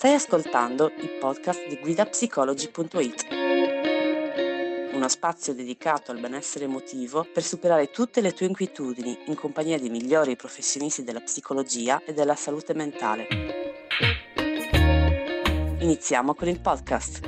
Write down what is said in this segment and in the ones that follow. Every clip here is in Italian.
Stai ascoltando il podcast di guidapsicologi.it, uno spazio dedicato al benessere emotivo per superare tutte le tue inquietudini in compagnia dei migliori professionisti della psicologia e della salute mentale. Iniziamo con il podcast.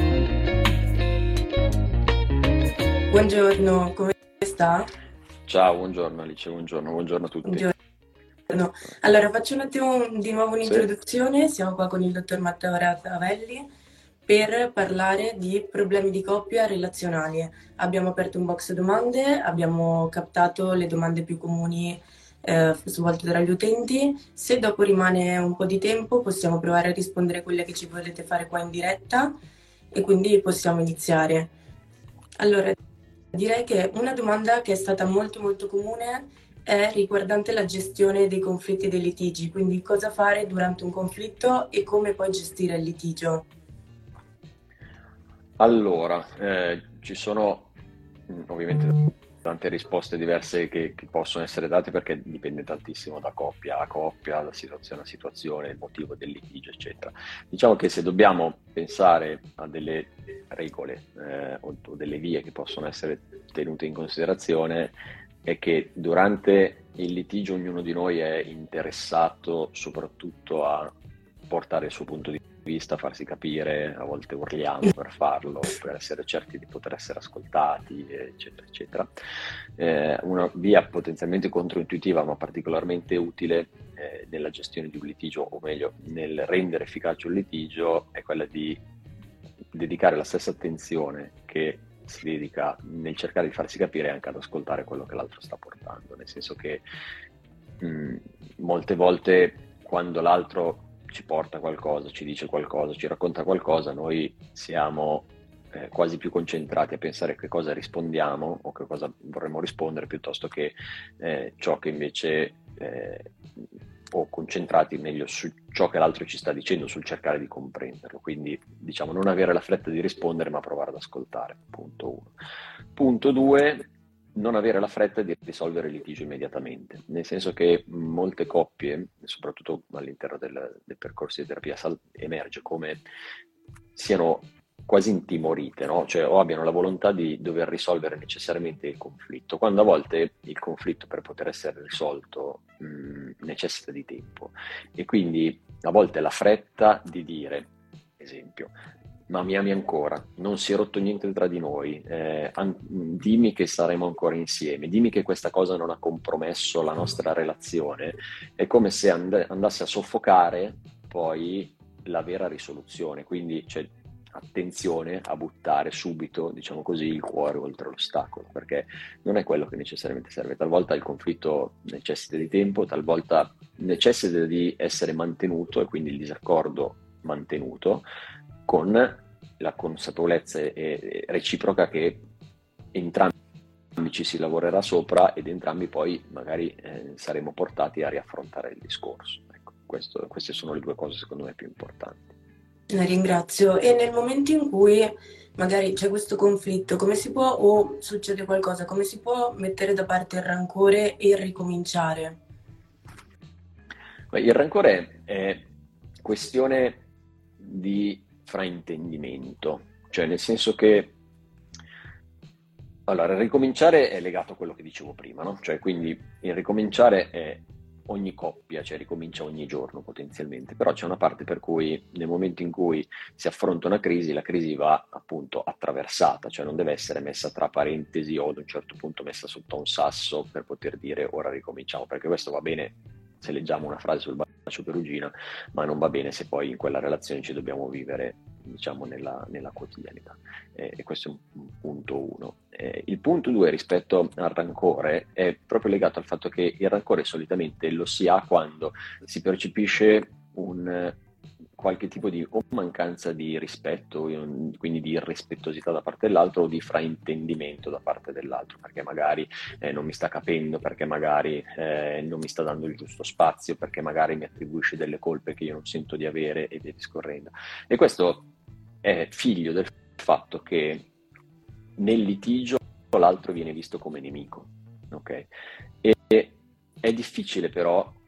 Buongiorno, come sta? Ciao, buongiorno Alice, buongiorno a tutti. Buongiorno. Allora, faccio un attimo di nuovo un'introduzione. Siamo qua con il dottor Matteo Ravelli per parlare di problemi di coppia relazionali. Abbiamo aperto un box domande, abbiamo captato le domande più comuni svolte tra gli utenti. Se dopo rimane un po' di tempo possiamo provare a rispondere a quelle che ci volete fare qua in diretta e quindi possiamo iniziare. Allora, direi che una domanda che è stata molto comune è riguardante la gestione dei conflitti e dei litigi, quindi cosa fare durante un conflitto e come poi gestire il litigio. Allora, ci sono ovviamente tante risposte diverse che possono essere date perché dipende tantissimo da coppia a coppia, da situazione a situazione, il motivo del litigio, eccetera. Diciamo che se dobbiamo pensare a delle regole o delle vie che possono essere tenute in considerazione, è che durante il litigio ognuno di noi è interessato soprattutto a portare il suo punto di vista, farsi capire, a volte urliamo per farlo, per essere certi di poter essere ascoltati, eccetera, eccetera. Una via potenzialmente controintuitiva ma particolarmente utile nella gestione di un litigio, o meglio, nel rendere efficace un litigio, è quella di dedicare la stessa attenzione che si dedica nel cercare di farsi capire anche ad ascoltare quello che l'altro sta portando, nel senso che molte volte quando l'altro ci porta qualcosa, ci dice qualcosa, ci racconta qualcosa, noi siamo quasi più concentrati a pensare che cosa rispondiamo o che cosa vorremmo rispondere piuttosto che ciò che invece o concentrati meglio su ciò che l'altro ci sta dicendo, sul cercare di comprenderlo. Quindi diciamo non avere la fretta di rispondere ma provare ad ascoltare, punto 1. Punto 2, non avere la fretta di risolvere il litigio immediatamente, nel senso che molte coppie, soprattutto all'interno del percorso di terapia, emerge come siano quasi intimorite, no? Cioè o abbiano la volontà di dover risolvere necessariamente il conflitto, quando a volte il conflitto per poter essere risolto necessita di tempo, e quindi a volte la fretta di dire, esempio, ma mi ami ancora, non si è rotto niente tra di noi, dimmi che saremo ancora insieme, dimmi che questa cosa non ha compromesso la nostra relazione, è come se andasse a soffocare poi la vera risoluzione. Quindi c'è attenzione a buttare subito, diciamo così, il cuore oltre l'ostacolo, perché non è quello che necessariamente serve. Talvolta il conflitto necessita di tempo, talvolta necessita di essere mantenuto, e quindi il disaccordo mantenuto, con la consapevolezza reciproca che entrambi ci si lavorerà sopra ed entrambi poi magari saremo portati a riaffrontare il discorso. Ecco, queste sono le due cose secondo me più importanti. La ringrazio. E nel momento in cui magari c'è questo conflitto, come si può, o succede qualcosa, come si può mettere da parte il rancore e ricominciare? Il rancore è questione di fraintendimento, cioè nel senso che allora, ricominciare è legato a quello che dicevo prima, no? Cioè quindi il ricominciare è ogni coppia, cioè ricomincia ogni giorno potenzialmente, però c'è una parte per cui nel momento in cui si affronta una crisi, la crisi va appunto attraversata, cioè non deve essere messa tra parentesi o ad un certo punto messa sotto un sasso per poter dire ora ricominciamo, perché questo va bene se leggiamo una frase sul bacio perugina, ma non va bene se poi in quella relazione ci dobbiamo vivere, diciamo, nella quotidianità. E questo è un punto 1. Il punto 2 rispetto al rancore è proprio legato al fatto che il rancore solitamente lo si ha quando si percepisce qualche tipo di o mancanza di rispetto, quindi di irrispettosità da parte dell'altro, o di fraintendimento da parte dell'altro, perché magari non mi sta capendo, perché magari non mi sta dando il giusto spazio, perché magari mi attribuisce delle colpe che io non sento di avere, e via discorrendo. E questo è figlio del fatto che nel litigio l'altro viene visto come nemico, ok? E è difficile però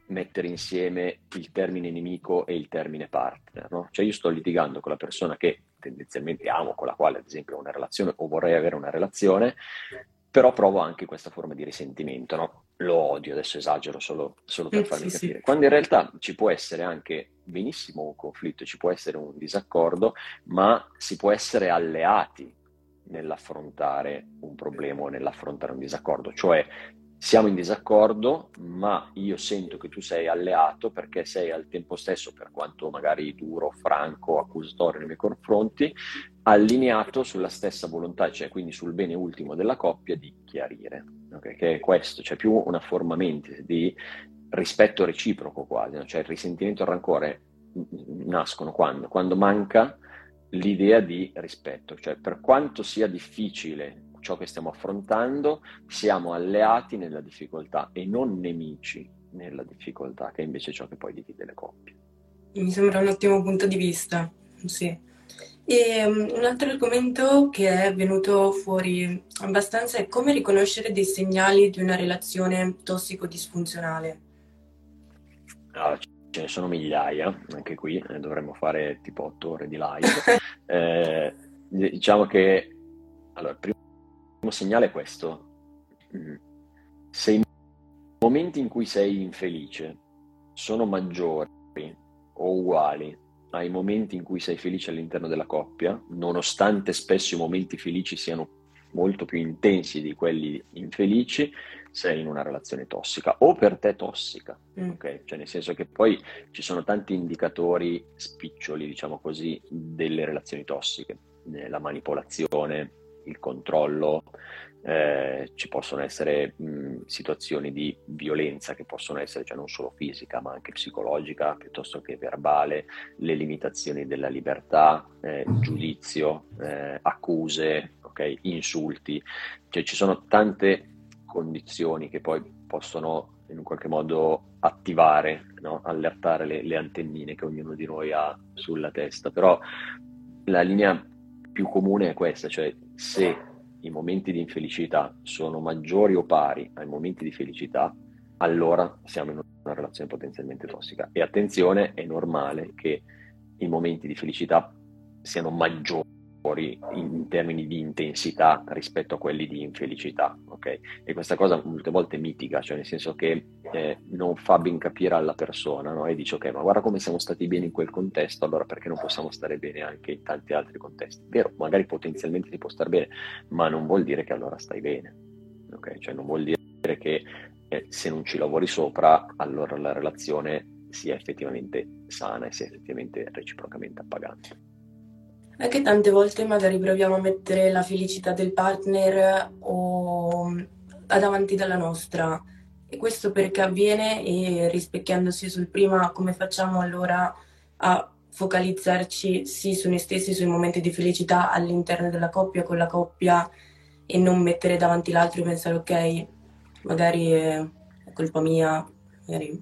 mettere insieme il termine nemico e il termine partner, no? Cioè io sto litigando con la persona che tendenzialmente amo, con la quale ad esempio ho una relazione o vorrei avere una relazione, però provo anche questa forma di risentimento, no? Lo odio, adesso esagero solo per farmi Sì, capire, sì. quando in realtà ci può essere anche benissimo un conflitto, ci può essere un disaccordo, ma si può essere alleati nell'affrontare un problema o nell'affrontare un disaccordo, cioè siamo in disaccordo, ma io sento che tu sei alleato perché sei al tempo stesso, per quanto magari duro, franco, accusatorio nei miei confronti, allineato sulla stessa volontà, cioè quindi sul bene ultimo della coppia di chiarire, okay? Che è questo, c'è più una forma mente di rispetto reciproco quasi, no? Cioè il risentimento e il rancore nascono quando manca l'idea di rispetto, cioè per quanto sia difficile ciò che stiamo affrontando, siamo alleati nella difficoltà e non nemici nella difficoltà, che è invece ciò che poi divide le coppie. Mi sembra un ottimo punto di vista, sì. E un altro argomento che è venuto fuori abbastanza è come riconoscere dei segnali di una relazione tossico-disfunzionale. Allora, ce ne sono migliaia, anche qui dovremmo fare tipo 8 ore di live. Diciamo che allora, il primo segnale è questo. Se i momenti in cui sei infelice sono maggiori o uguali ai momenti in cui sei felice all'interno della coppia, nonostante spesso i momenti felici siano molto più intensi di quelli infelici, sei in una relazione tossica o per te tossica, ok? Cioè nel senso che poi ci sono tanti indicatori spiccioli, diciamo così, delle relazioni tossiche, la manipolazione, il controllo, ci possono essere situazioni di violenza che possono essere, cioè non solo fisica ma anche psicologica piuttosto che verbale, le limitazioni della libertà, giudizio, accuse, okay, insulti, cioè ci sono tante condizioni che poi possono in un qualche modo attivare, no? Allertare le antennine che ognuno di noi ha sulla testa, però la linea più comune è questa, cioè se i momenti di infelicità sono maggiori o pari ai momenti di felicità, allora siamo in una relazione potenzialmente tossica. E attenzione, è normale che i momenti di felicità siano maggiori in termini di intensità rispetto a quelli di infelicità, ok? E questa cosa molte volte mitiga, cioè nel senso che non fa ben capire alla persona, no? E dice ok, ma guarda come siamo stati bene in quel contesto, allora perché non possiamo stare bene anche in tanti altri contesti? Vero, magari potenzialmente si può stare bene, ma non vuol dire che allora stai bene, ok? Cioè non vuol dire che se non ci lavori sopra, allora la relazione sia effettivamente sana e sia effettivamente reciprocamente appagante. Anche tante volte magari proviamo a mettere la felicità del partner o ad avanti dalla nostra, e questo perché avviene e rispecchiandosi sul prima, come facciamo allora a focalizzarci sì su noi stessi, sui momenti di felicità all'interno della coppia, con la coppia, e non mettere davanti l'altro e pensare ok, magari è colpa mia, magari...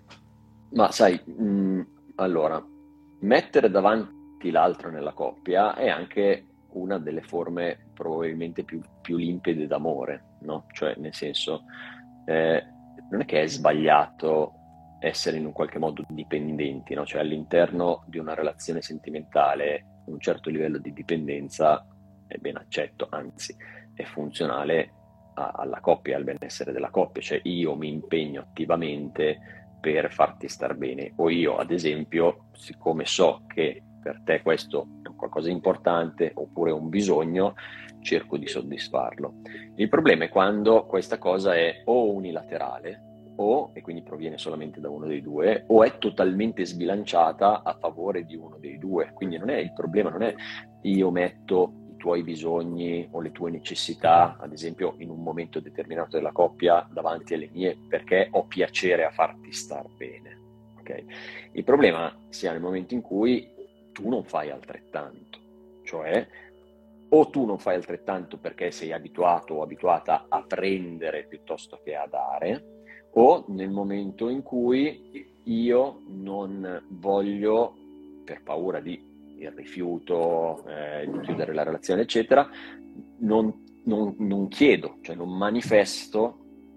Ma sai, allora, mettere davanti l'altro nella coppia è anche una delle forme probabilmente più limpide d'amore, no? Cioè, nel senso, non è che è sbagliato essere in un qualche modo dipendenti, no? Cioè, all'interno di una relazione sentimentale un certo livello di dipendenza è ben accetto, anzi, è funzionale alla coppia, al benessere della coppia. Cioè, io mi impegno attivamente per farti star bene, o io ad esempio, siccome so che per te questo è qualcosa di importante oppure un bisogno, cerco di soddisfarlo. Il problema è quando questa cosa è o unilaterale e quindi proviene solamente da uno dei due, o è totalmente sbilanciata a favore di uno dei due. Quindi non è il problema, non è io metto i tuoi bisogni o le tue necessità, ad esempio in un momento determinato della coppia, davanti alle mie, perché ho piacere a farti star bene. Okay? Il problema sia nel momento in cui tu non fai altrettanto, cioè o tu non fai altrettanto perché sei abituato o abituata a prendere piuttosto che a dare, o nel momento in cui io non voglio, per paura di il rifiuto, di chiudere la relazione, eccetera, non chiedo, cioè non manifesto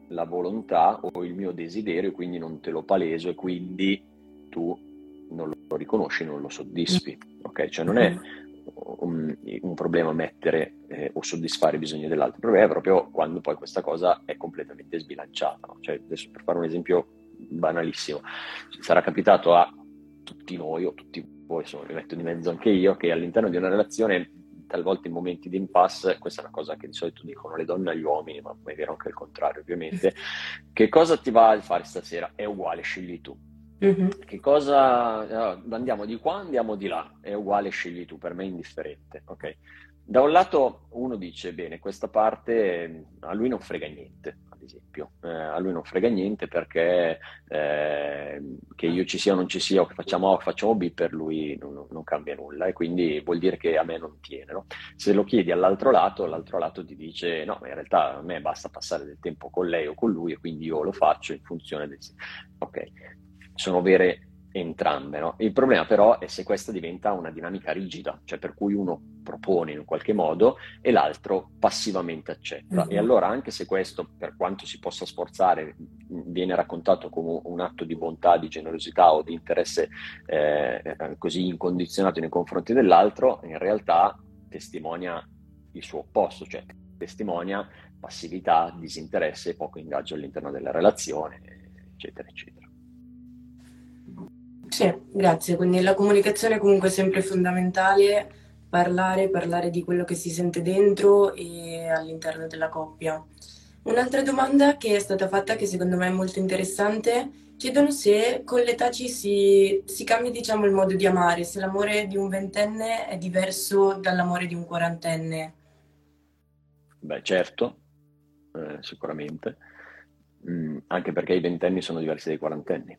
la volontà o il mio desiderio, quindi non te lo paleso e quindi tu non lo riconosci, non lo soddisfi, ok? Cioè non è un problema mettere o soddisfare i bisogni dell'altro, il problema è proprio quando poi questa cosa è completamente sbilanciata, no? Cioè, adesso per fare un esempio banalissimo, sarà capitato a tutti noi o tutti voi, insomma, mi metto di mezzo anche io, che all'interno di una relazione talvolta in momenti di impasse, questa è una cosa che di solito dicono le donne agli uomini, ma è vero anche il contrario ovviamente, che cosa ti va a fare stasera? È uguale, scegli tu. Che cosa andiamo di qua, andiamo di là, è uguale, scegli tu, per me è indifferente, ok? Da un lato uno dice, bene, questa parte a lui non frega niente, ad esempio, a lui non frega niente perché che io ci sia o non ci sia, o che facciamo A o che facciamo B, per lui non cambia nulla, e quindi vuol dire che a me non tiene, no? Se lo chiedi all'altro lato ti dice, no, ma in realtà a me basta passare del tempo con lei o con lui e quindi io lo faccio in funzione del... Ok, sono vere entrambe, no? Il problema però è se questa diventa una dinamica rigida, cioè per cui uno propone in un qualche modo e l'altro passivamente accetta. E allora, anche se questo, per quanto si possa sforzare, viene raccontato come un atto di bontà, di generosità o di interesse così incondizionato nei confronti dell'altro, in realtà testimonia il suo opposto, cioè testimonia passività, disinteresse, poco ingaggio all'interno della relazione, eccetera, eccetera. Sì, grazie. Quindi la comunicazione comunque è sempre fondamentale, parlare di quello che si sente dentro e all'interno della coppia. Un'altra domanda che è stata fatta, che secondo me è molto interessante, chiedono se con l'età si cambia, diciamo, il modo di amare, se l'amore di un ventenne è diverso dall'amore di un quarantenne. Beh, certo, sicuramente, anche perché i ventenni sono diversi dai quarantenni.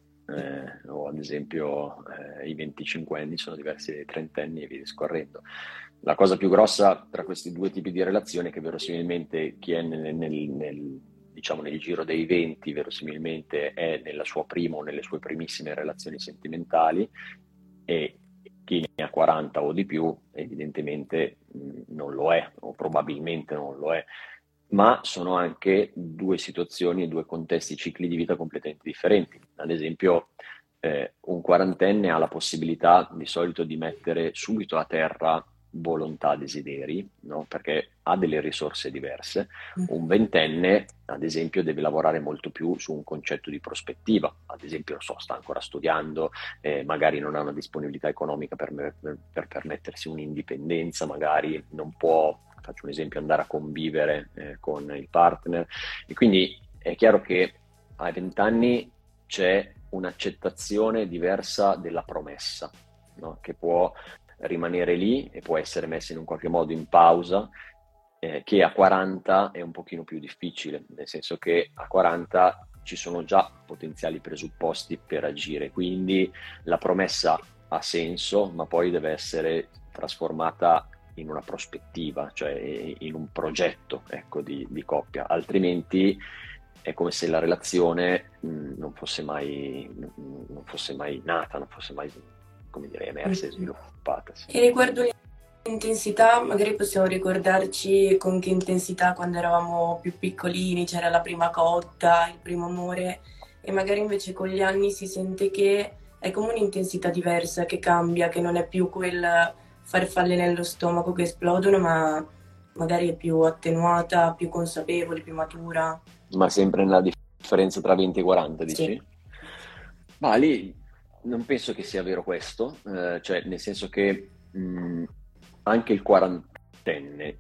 O ad esempio i 25 anni sono diversi dai 30 anni e via discorrendo. La cosa più grossa tra questi due tipi di relazioni è che verosimilmente chi è diciamo nel giro dei 20 verosimilmente è nella sua prima o nelle sue primissime relazioni sentimentali, e chi ne ha 40 o di più evidentemente non lo è, o probabilmente non lo è. Ma sono anche due situazioni e due contesti, cicli di vita completamente differenti. Ad esempio, un quarantenne ha la possibilità di solito di mettere subito a terra volontà, desideri, no? Perché ha delle risorse diverse. Un ventenne, ad esempio, deve lavorare molto più su un concetto di prospettiva. Ad esempio, non so, sta ancora studiando, magari non ha una disponibilità economica per permettersi un'indipendenza, magari non può, faccio un esempio, andare a convivere con il partner, e quindi è chiaro che ai 20 anni c'è un'accettazione diversa della promessa, no? Che può rimanere lì e può essere messa in un qualche modo in pausa, che a 40 è un pochino più difficile, nel senso che a 40 ci sono già potenziali presupposti per agire, quindi la promessa ha senso, ma poi deve essere trasformata in una prospettiva, cioè in un progetto, ecco, di coppia, altrimenti è come se la relazione non fosse mai nata, non fosse mai, come dire, emersa e sviluppata. Sì. E riguardo l'intensità, magari possiamo ricordarci con che intensità quando eravamo più piccolini, c'era la prima cotta, il primo amore, e magari invece con gli anni si sente che è come un'intensità diversa, che cambia, che non è più quel farfalle nello stomaco che esplodono, ma magari è più attenuata, più consapevole, più matura. Ma sempre nella differenza tra 20 e 40, dici? Sì. Ma lì non penso che sia vero questo, cioè nel senso che anche il quarantenne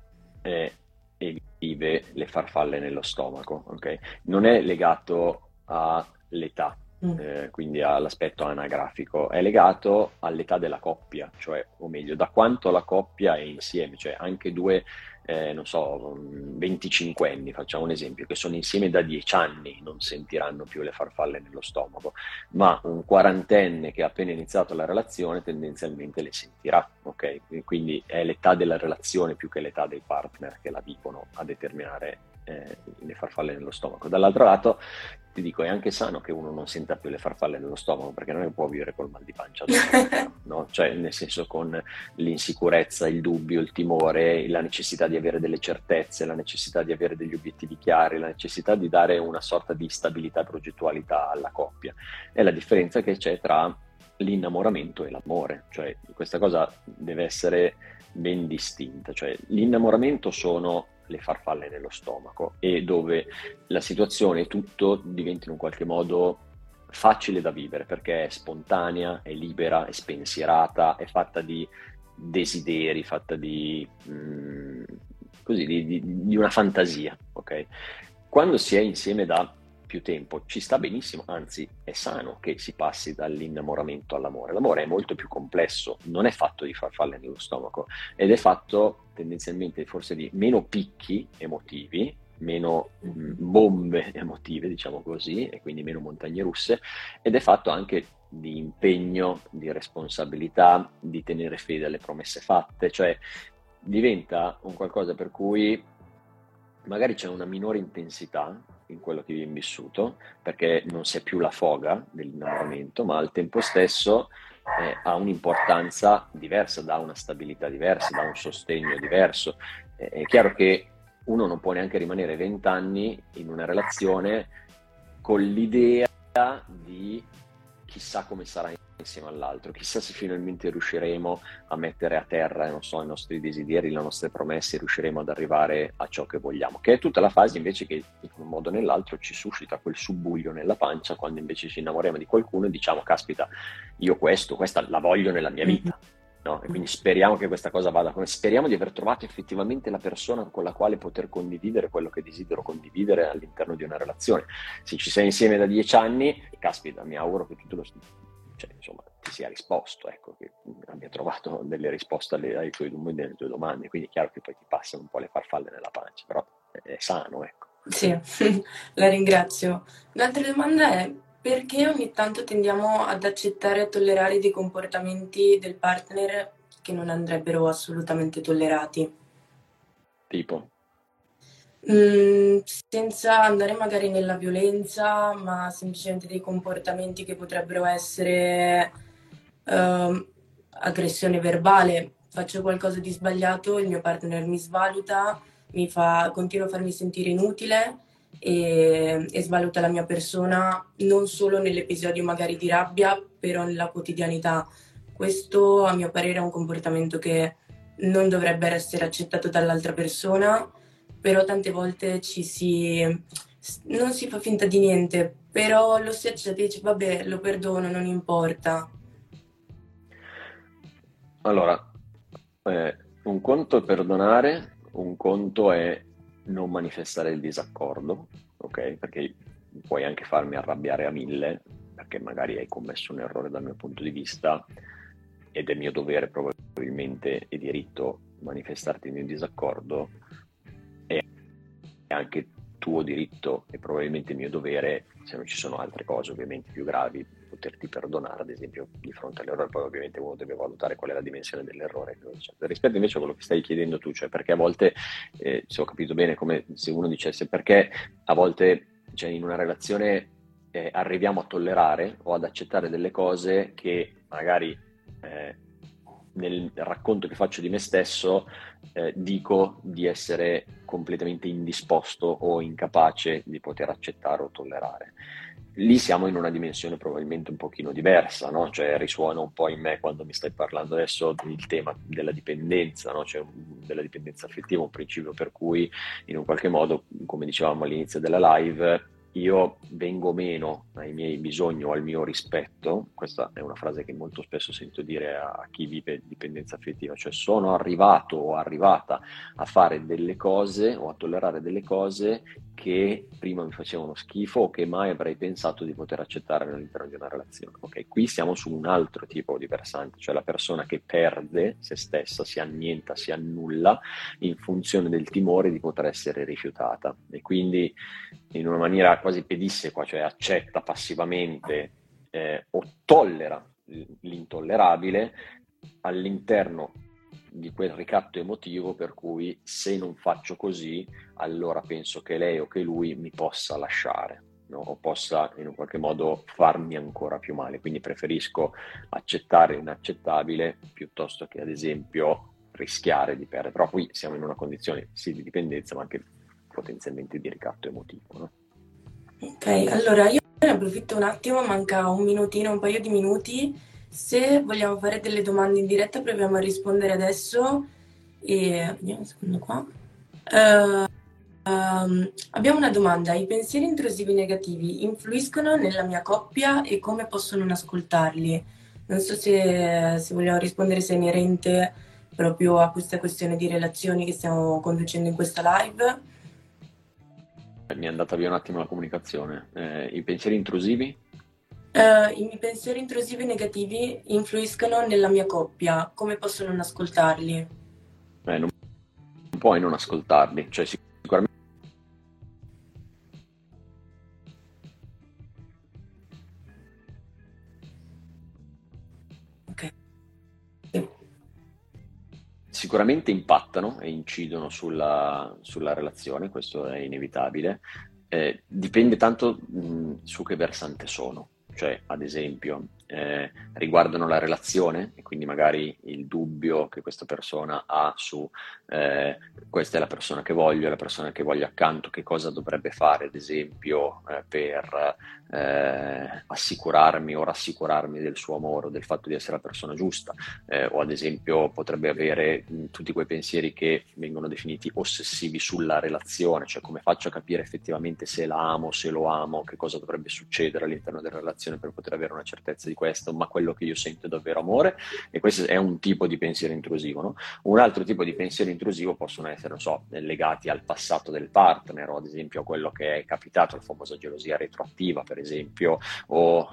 e vive le farfalle nello stomaco, ok? Non è legato all'età, quindi all'aspetto anagrafico, è legato all'età della coppia, cioè, o meglio, da quanto la coppia è insieme, cioè anche due, non so, 25 anni, facciamo un esempio, che sono insieme da 10 anni, non sentiranno più le farfalle nello stomaco, ma un quarantenne che ha appena iniziato la relazione tendenzialmente le sentirà, ok? Quindi è l'età della relazione più che l'età dei partner che la vivono a determinare le farfalle nello stomaco. Dall'altro lato ti dico, è anche sano che uno non senta più le farfalle nello stomaco, perché non è che può vivere col mal di pancia, no? Cioè, nel senso, con l'insicurezza, il dubbio, il timore, la necessità di avere delle certezze, la necessità di avere degli obiettivi chiari, la necessità di dare una sorta di stabilità e progettualità alla coppia. È la differenza che c'è tra l'innamoramento e l'amore, cioè questa cosa deve essere ben distinta, cioè l'innamoramento sono le farfalle nello stomaco, e dove la situazione e tutto diventa in un qualche modo facile da vivere, perché è spontanea, è libera, è spensierata, è fatta di desideri, fatta di così, di una fantasia, ok? Quando si è insieme da più tempo ci sta benissimo, anzi è sano che si passi dall'innamoramento all'amore. L'amore è molto più complesso, non è fatto di farfalle nello stomaco, ed è fatto tendenzialmente forse di meno picchi emotivi, meno bombe emotive, diciamo così, e quindi meno montagne russe, ed è fatto anche di impegno, di responsabilità, di tenere fede alle promesse fatte, cioè diventa un qualcosa per cui magari c'è una minore intensità in quello che viene vissuto, perché non si è più la foga dell'innamoramento, ma al tempo stesso ha un'importanza diversa, dà una stabilità diversa, dà un sostegno diverso. È chiaro che uno non può neanche rimanere 20 anni in una relazione con l'idea di chissà come sarà insieme all'altro, chissà se finalmente riusciremo a mettere a terra, non so, i nostri desideri, le nostre promesse, riusciremo ad arrivare a ciò che vogliamo, che è tutta la fase invece che in un modo o nell'altro ci suscita quel subbuglio nella pancia, quando invece ci innamoriamo di qualcuno e diciamo caspita, io questa la voglio nella mia vita, no? E quindi speriamo che questa cosa vada come, speriamo di aver trovato effettivamente la persona con la quale poter condividere quello che desidero condividere all'interno di una relazione. Se ci sei insieme da 10 anni, caspita, mi auguro che tutto insomma, ti sia risposto, ecco, che abbia trovato delle risposte alle tue domande, quindi è chiaro che poi ti passano un po' le farfalle nella pancia, però è sano, ecco. Sì, la ringrazio. L'altra domanda è: perché ogni tanto tendiamo ad accettare e tollerare dei comportamenti del partner che non andrebbero assolutamente tollerati? Tipo? Senza andare magari nella violenza, ma semplicemente dei comportamenti che potrebbero essere aggressione verbale. Faccio qualcosa di sbagliato, il mio partner mi svaluta, continua a farmi sentire inutile e svaluta la mia persona, non solo nell'episodio magari di rabbia, però nella quotidianità. Questo, a mio parere, è un comportamento che non dovrebbe essere accettato dall'altra persona, però tante volte non si fa finta di niente, però lo si accetta e dice vabbè, lo perdono, non importa. Allora, un conto è perdonare, un conto è non manifestare il disaccordo, ok? Perché puoi anche farmi arrabbiare a 1000, perché magari hai commesso un errore dal mio punto di vista, ed è mio dovere probabilmente e diritto manifestarti il mio disaccordo, e anche tuo diritto e probabilmente mio dovere, se non ci sono altre cose ovviamente più gravi, poterti perdonare, ad esempio, di fronte all'errore. Poi ovviamente uno deve valutare qual è la dimensione dell'errore. Rispetto invece a quello che stai chiedendo tu, cioè perché a volte, se ho capito bene, come se uno dicesse perché a volte, cioè, in una relazione arriviamo a tollerare o ad accettare delle cose che magari nel racconto che faccio di me stesso dico di essere completamente indisposto o incapace di poter accettare o tollerare. Lì siamo in una dimensione probabilmente un pochino diversa, no? Cioè risuona un po' in me quando mi stai parlando adesso del tema della dipendenza, no? Cioè della dipendenza affettiva, un principio per cui in un qualche modo, come dicevamo all'inizio della live, io vengo meno ai miei bisogni o al mio rispetto. Questa è una frase che molto spesso sento dire a chi vive dipendenza affettiva, cioè sono arrivato o arrivata a fare delle cose o a tollerare delle cose che prima mi facevano schifo o che mai avrei pensato di poter accettare all'interno di una relazione. Ok, qui siamo su un altro tipo di versante, cioè la persona che perde se stessa, si annienta, si annulla in funzione del timore di poter essere rifiutata, e quindi in una maniera quasi pedissequa, cioè accetta passivamente o tollera l'intollerabile all'interno di quel ricatto emotivo per cui se non faccio così, allora penso che lei o che lui mi possa lasciare, no? O possa in un qualche modo farmi ancora più male. Quindi preferisco accettare l'inaccettabile piuttosto che ad esempio rischiare di perdere. Però qui siamo in una condizione sì di dipendenza, ma anche potenzialmente di ricatto emotivo, no? Ok, allora io ne approfitto un attimo, manca un paio di minuti. Se vogliamo fare delle domande in diretta, proviamo a rispondere adesso. E vediamo un secondo qua. Abbiamo una domanda: i pensieri intrusivi negativi influiscono nella mia coppia e come posso non ascoltarli? Non so se vogliamo rispondere, se è inerente proprio a questa questione di relazioni che stiamo conducendo in questa live. Mi è andata via un attimo la comunicazione. I pensieri intrusivi? I pensieri intrusivi negativi influiscono nella mia coppia, come posso non ascoltarli? Non puoi non ascoltarli, cioè sicuramente. Ok. Sicuramente impattano e incidono sulla relazione, questo è inevitabile. Dipende tanto su che versante sono, cioè ad esempio riguardano la relazione e quindi magari il dubbio che questa persona ha su questa è la persona che voglio, è la persona che voglio accanto, che cosa dovrebbe fare ad esempio per assicurarmi o rassicurarmi del suo amore o del fatto di essere la persona giusta, o ad esempio potrebbe avere tutti quei pensieri che vengono definiti ossessivi sulla relazione, cioè come faccio a capire effettivamente se la amo, se lo amo, che cosa dovrebbe succedere all'interno della relazione per poter avere una certezza di questo, ma quello che io sento è davvero amore. E questo è un tipo di pensiero intrusivo, no? Un altro tipo di pensiero intrusivo possono essere, non so, legati al passato del partner o ad esempio a quello che è capitato, la famosa gelosia retroattiva per esempio, o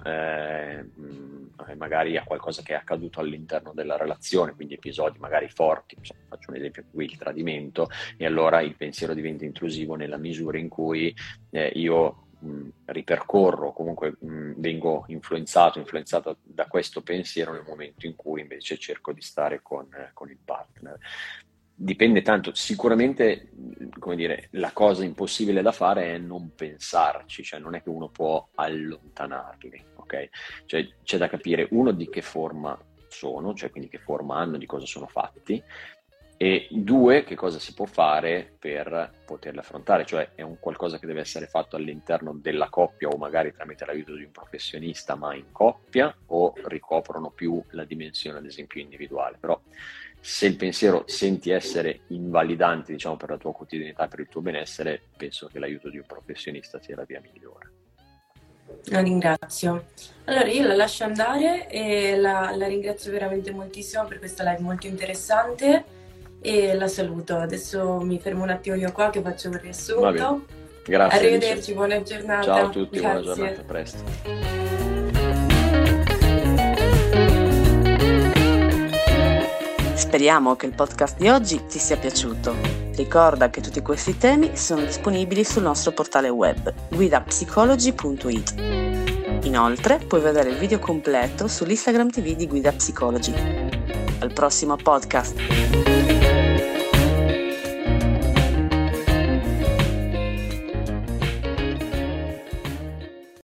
magari a qualcosa che è accaduto all'interno della relazione, quindi episodi magari forti, faccio un esempio qui, il tradimento, e allora il pensiero diventa intrusivo nella misura in cui io ripercorro, comunque vengo influenzato da questo pensiero nel momento in cui invece cerco di stare con il partner. Dipende tanto, sicuramente, come dire, la cosa impossibile da fare è non pensarci, cioè non è che uno può allontanarli, ok? Cioè c'è da capire uno di che forma sono, cioè quindi che forma hanno, di cosa sono fatti, e due, che cosa si può fare per poterli affrontare, cioè è un qualcosa che deve essere fatto all'interno della coppia o magari tramite l'aiuto di un professionista ma in coppia, o ricoprono più la dimensione ad esempio individuale. Però se il pensiero senti essere invalidante, diciamo, per la tua quotidianità, per il tuo benessere, penso che l'aiuto di un professionista sia la via migliore. La ringrazio. Allora io la lascio andare e la ringrazio veramente moltissimo per questa live molto interessante e la saluto. Adesso mi fermo un attimo io qua che faccio un riassunto. Va bene. Grazie. Arrivederci, Alice. buona giornata. Ciao a tutti, Grazie. buona giornata, a presto. Speriamo che il podcast di oggi ti sia piaciuto. Ricorda che tutti questi temi sono disponibili sul nostro portale web guidapsicology.it. Inoltre puoi vedere il video completo sull'Instagram TV di Guida Psicology. Al prossimo podcast!